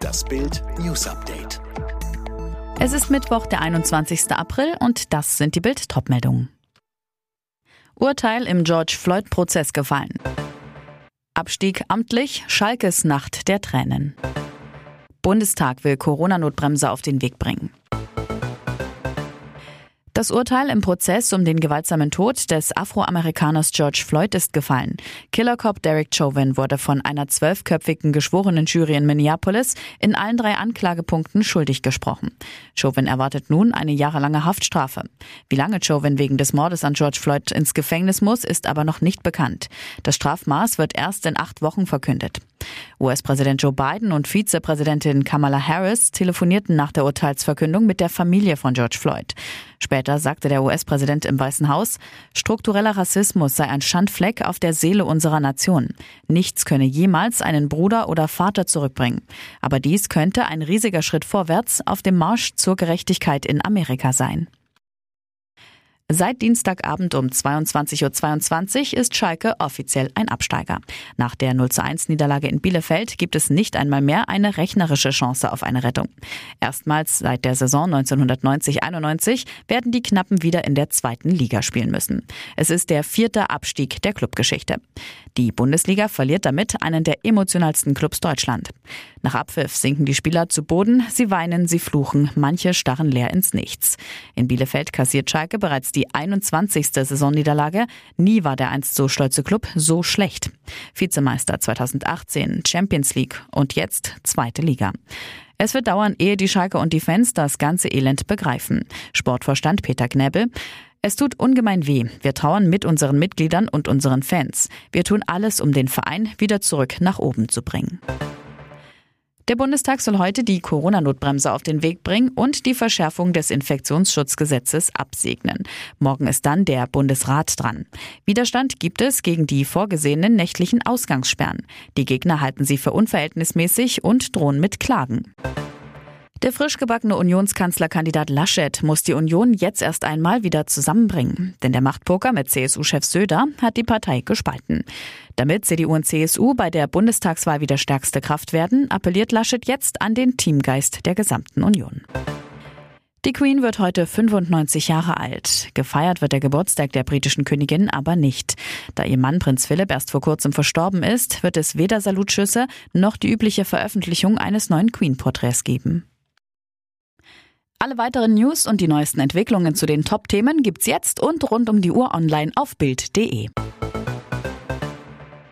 Das Bild News Update. Es ist Mittwoch, der 21. April und das sind die Bild-Top-Meldungen. Urteil im George-Floyd-Prozess gefallen. Abstieg amtlich, Schalkes Nacht der Tränen. Bundestag will Corona-Notbremse auf den Weg bringen. Das Urteil im Prozess um den gewaltsamen Tod des Afroamerikaners George Floyd ist gefallen. Killercop Derek Chauvin wurde von einer 12-köpfigen Geschworenenjury in Minneapolis in allen 3 Anklagepunkten schuldig gesprochen. Chauvin erwartet nun eine jahrelange Haftstrafe. Wie lange Chauvin wegen des Mordes an George Floyd ins Gefängnis muss, ist aber noch nicht bekannt. Das Strafmaß wird erst in 8 Wochen verkündet. US-Präsident Joe Biden und Vizepräsidentin Kamala Harris telefonierten nach der Urteilsverkündung mit der Familie von George Floyd. Später sagte der US-Präsident im Weißen Haus, struktureller Rassismus sei ein Schandfleck auf der Seele unserer Nation. Nichts könne jemals einen Bruder oder Vater zurückbringen. Aber dies könnte ein riesiger Schritt vorwärts auf dem Marsch zur Gerechtigkeit in Amerika sein. Seit Dienstagabend um 22:22 Uhr ist Schalke offiziell ein Absteiger. Nach der 0:1 Niederlage in Bielefeld gibt es nicht einmal mehr eine rechnerische Chance auf eine Rettung. Erstmals seit der Saison 1990/91 werden die Knappen wieder in der 2. Liga spielen müssen. Es ist der 4. Abstieg der Clubgeschichte. Die Bundesliga verliert damit einen der emotionalsten Clubs Deutschland. Nach Abpfiff sinken die Spieler zu Boden, sie weinen, sie fluchen, manche starren leer ins Nichts. In Bielefeld kassiert Schalke bereits die 21. Saisonniederlage. Nie war der einst so stolze Club so schlecht. Vizemeister 2018, Champions League und jetzt 2. Liga. Es wird dauern, ehe die Schalker und die Fans das ganze Elend begreifen. Sportvorstand Peter Knäbel: Es tut ungemein weh. Wir trauern mit unseren Mitgliedern und unseren Fans. Wir tun alles, um den Verein wieder zurück nach oben zu bringen. Der Bundestag soll heute die Corona-Notbremse auf den Weg bringen und die Verschärfung des Infektionsschutzgesetzes absegnen. Morgen ist dann der Bundesrat dran. Widerstand gibt es gegen die vorgesehenen nächtlichen Ausgangssperren. Die Gegner halten sie für unverhältnismäßig und drohen mit Klagen. Der frisch gebackene Unionskanzlerkandidat Laschet muss die Union jetzt erst einmal wieder zusammenbringen. Denn der Machtpoker mit CSU-Chef Söder hat die Partei gespalten. Damit CDU und CSU bei der Bundestagswahl wieder stärkste Kraft werden, appelliert Laschet jetzt an den Teamgeist der gesamten Union. Die Queen wird heute 95 Jahre alt. Gefeiert wird der Geburtstag der britischen Königin aber nicht. Da ihr Mann Prinz Philipp erst vor kurzem verstorben ist, wird es weder Salutschüsse noch die übliche Veröffentlichung eines neuen Queen-Porträts geben. Alle weiteren News und die neuesten Entwicklungen zu den Top-Themen gibt's jetzt und rund um die Uhr online auf Bild.de.